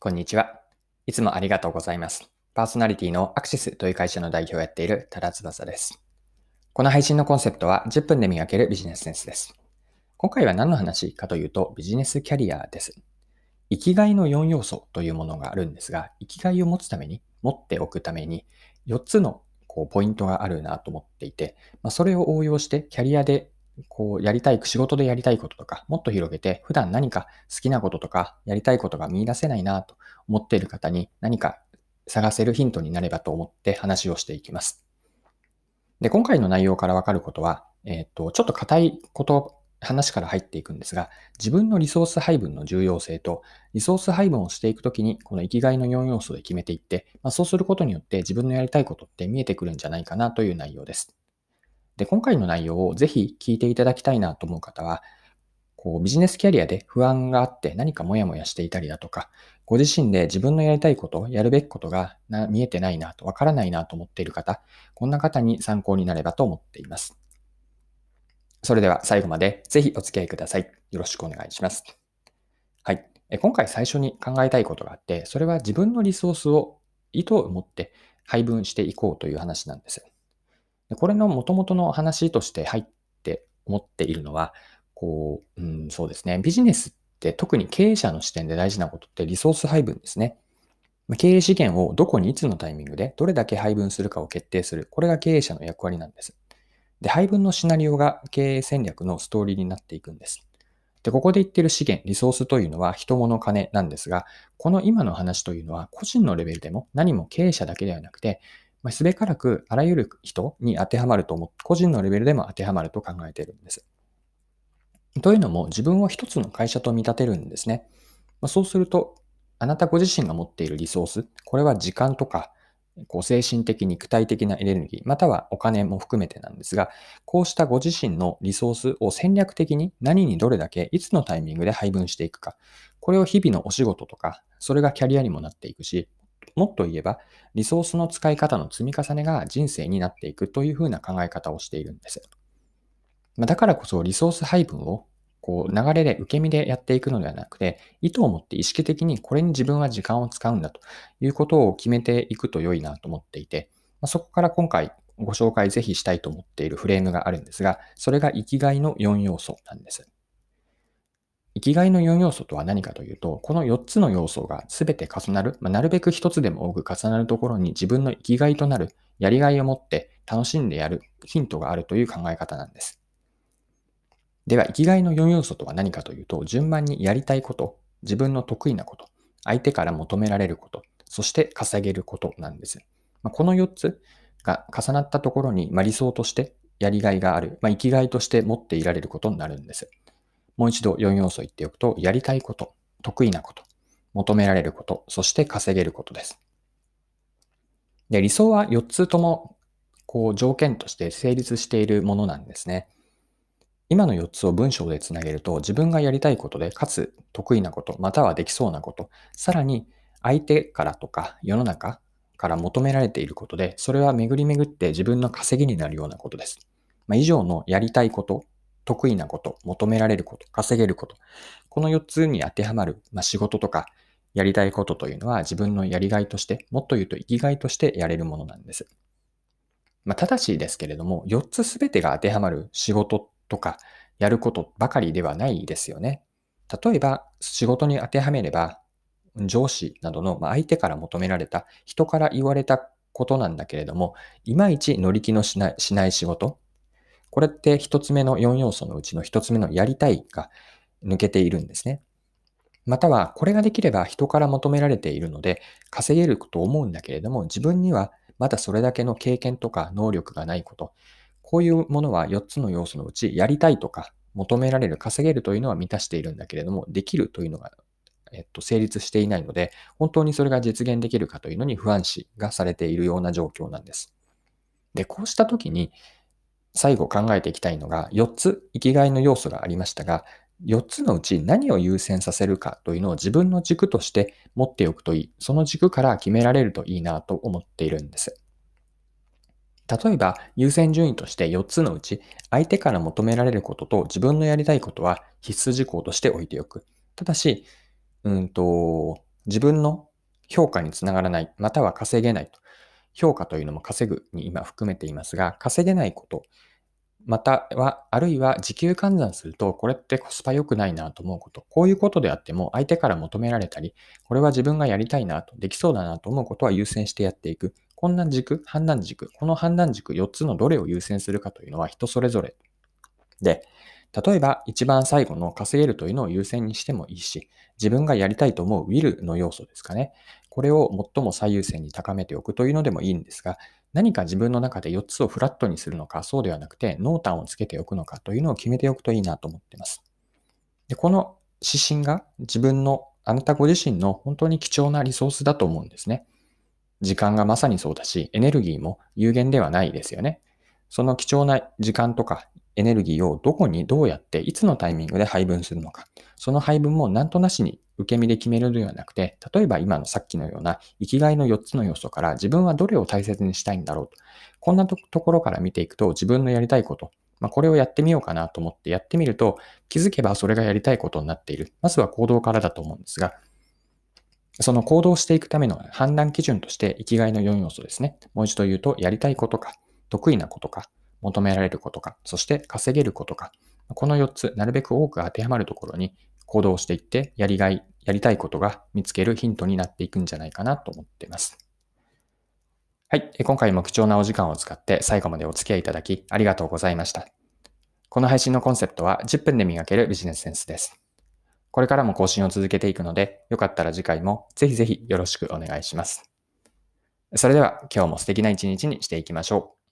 こんにちは。いつもありがとうございます。パーソナリティのアクシスという会社の代表をやっている多田翼です。この配信のコンセプトは10分で磨けるビジネスセンスです。今回は何の話かというとビジネスキャリアです。生きがいの4要素というものがあるんですが、生きがいを持つために、持っておくために4つのポイントがあるなと思っていて、それを応用してキャリアでやりたい、仕事でやりたいこととか、もっと広げて、普段何か好きなこととか、やりたいことが見出せないなと思っている方に何か探せるヒントになればと思って話をしていきます。で、今回の内容からわかることは、ちょっと硬い話から入っていくんですが、自分のリソース配分の重要性と、リソース配分をしていくときに、この生きがいの4要素で決めていって、そうすることによって自分のやりたいことって見えてくるんじゃないかなという内容です。で、今回の内容をぜひ聞いていただきたいなと思う方は、ビジネスキャリアで不安があって何かモヤモヤしていたりだとか、ご自身で自分のやりたいこと、やるべきことが見えてないなと、わからないなと思っている方、こんな方に参考になればと思っています。それでは最後までぜひお付き合いください。よろしくお願いします。はい。今回最初に考えたいことがあって、それは自分のリソースを意図を持って配分していこうという話なんです。これの元々の話として入って思っているのは、そうですね。ビジネスって特に経営者の視点で大事なことってリソース配分ですね。経営資源をどこにいつのタイミングでどれだけ配分するかを決定する。これが経営者の役割なんです。で、配分のシナリオが経営戦略のストーリーになっていくんです。で、ここで言っている資源、リソースというのは人物金なんですが、この今の話というのは個人のレベルでも何も経営者だけではなくて、すべからくあらゆる人に当てはまると思って、個人のレベルでも当てはまると考えているんです。というのも自分を一つの会社と見立てるんですね。そうすると、あなたご自身が持っているリソース、これは時間とか、精神的に具体的なエネルギー、またはお金も含めてなんですが、こうしたご自身のリソースを戦略的に何にどれだけいつのタイミングで配分していくか。これを日々のお仕事とか、それがキャリアにもなっていくし、もっと言えば、リソースの使い方の積み重ねが人生になっていくというふうな考え方をしているんです。だからこそリソース配分を流れで受け身でやっていくのではなくて、意図を持って意識的にこれに自分は時間を使うんだということを決めていくと良いなと思っていて、そこから今回ご紹介ぜひしたいと思っているフレームがあるんですが、それが生きがいの4要素なんです。生きがいの4要素とは何かというと、この4つの要素が全て重なる、なるべく1つでも多く重なるところに自分の生きがいとなる、やりがいを持って楽しんでやるヒントがあるという考え方なんです。では、生きがいの4要素とは何かというと、順番にやりたいこと、自分の得意なこと、相手から求められること、そして稼げることなんです。この4つが重なったところに、理想としてやりがいがある、生きがいとして持っていられることになるんです。もう一度4要素言っておくと、やりたいこと、得意なこと、求められること、そして稼げることです。で、理想は4つとも条件として成立しているものなんですね。今の4つを文章でつなげると、自分がやりたいことで、かつ得意なこと、またはできそうなこと、さらに相手からとか世の中から求められていることで、それは巡り巡って自分の稼ぎになるようなことです。以上のやりたいこと、得意なこと、求められること、稼げること、この4つに当てはまる、仕事とかやりたいことというのは自分のやりがいとして、もっと言うと生きがいとしてやれるものなんです。ただしですけれども、4つすべてが当てはまる仕事とかやることばかりではないですよね。例えば、仕事に当てはめれば、上司などの相手から求められた、人から言われたことなんだけれども、いまいち乗り気のしない仕事。これって1つ目の4要素のうちの1つ目のやりたいが抜けているんですね。または、これができれば人から求められているので、稼げると思うんだけれども、自分にはまだそれだけの経験とか能力がないこと。こういうものは4つの要素のうち、やりたいとか、求められる、稼げるというのは満たしているんだけれども、できるというのが、成立していないので、本当にそれが実現できるかというのに不安視がされているような状況なんです。で、こうした時に、最後考えていきたいのが、4つ生きがいの要素がありましたが、4つのうち何を優先させるかというのを自分の軸として持っておくといい。その軸から決められるといいなと思っているんです。例えば、優先順位として4つのうち、相手から求められることと自分のやりたいことは必須事項として置いておく。ただし、 自分の評価につながらない、または稼げないと。評価というのも稼ぐに今含めていますが、稼げないこと、または、あるいは時給換算すると、これってコスパ良くないなと思うこと。こういうことであっても、相手から求められたり、これは自分がやりたいなと、できそうだなと思うことは優先してやっていく。こんな軸、判断軸、この判断軸4つのどれを優先するかというのは人それぞれで、例えば一番最後の稼げるというのを優先にしてもいいし、自分がやりたいと思う Will の要素ですかね。これを最も最優先に高めておくというのでもいいんですが、何か自分の中で4つをフラットにするのか、そうではなくて濃淡をつけておくのかというのを決めておくといいなと思っています。で、この指針が自分の、あなたご自身の本当に貴重なリソースだと思うんですね。時間がまさにそうだし、エネルギーも有限ではないですよね。その貴重な時間とかエネルギーをどこにどうやっていつのタイミングで配分するのか。その配分もなんとなしに受け身で決めるのではなくて、例えば今のさっきのような生きがいの4つの要素から自分はどれを大切にしたいんだろうと。こんなところから見ていくと自分のやりたいこと、これをやってみようかなと思ってやってみると気づけばそれがやりたいことになっている。まずは行動からだと思うんですが、その行動していくための判断基準として生きがいの4要素ですね。もう一度言うと、やりたいことか、得意なことか、求められることか、そして稼げることか。この4つ、なるべく多く当てはまるところに行動していって、やりたいことが見つけるヒントになっていくんじゃないかなと思っています。はい。今回も貴重なお時間を使って最後までお付き合いいただきありがとうございました。この配信のコンセプトは10分で磨けるビジネスセンスです。これからも更新を続けていくので、よかったら次回もぜひぜひよろしくお願いします。それでは今日も素敵な一日にしていきましょう。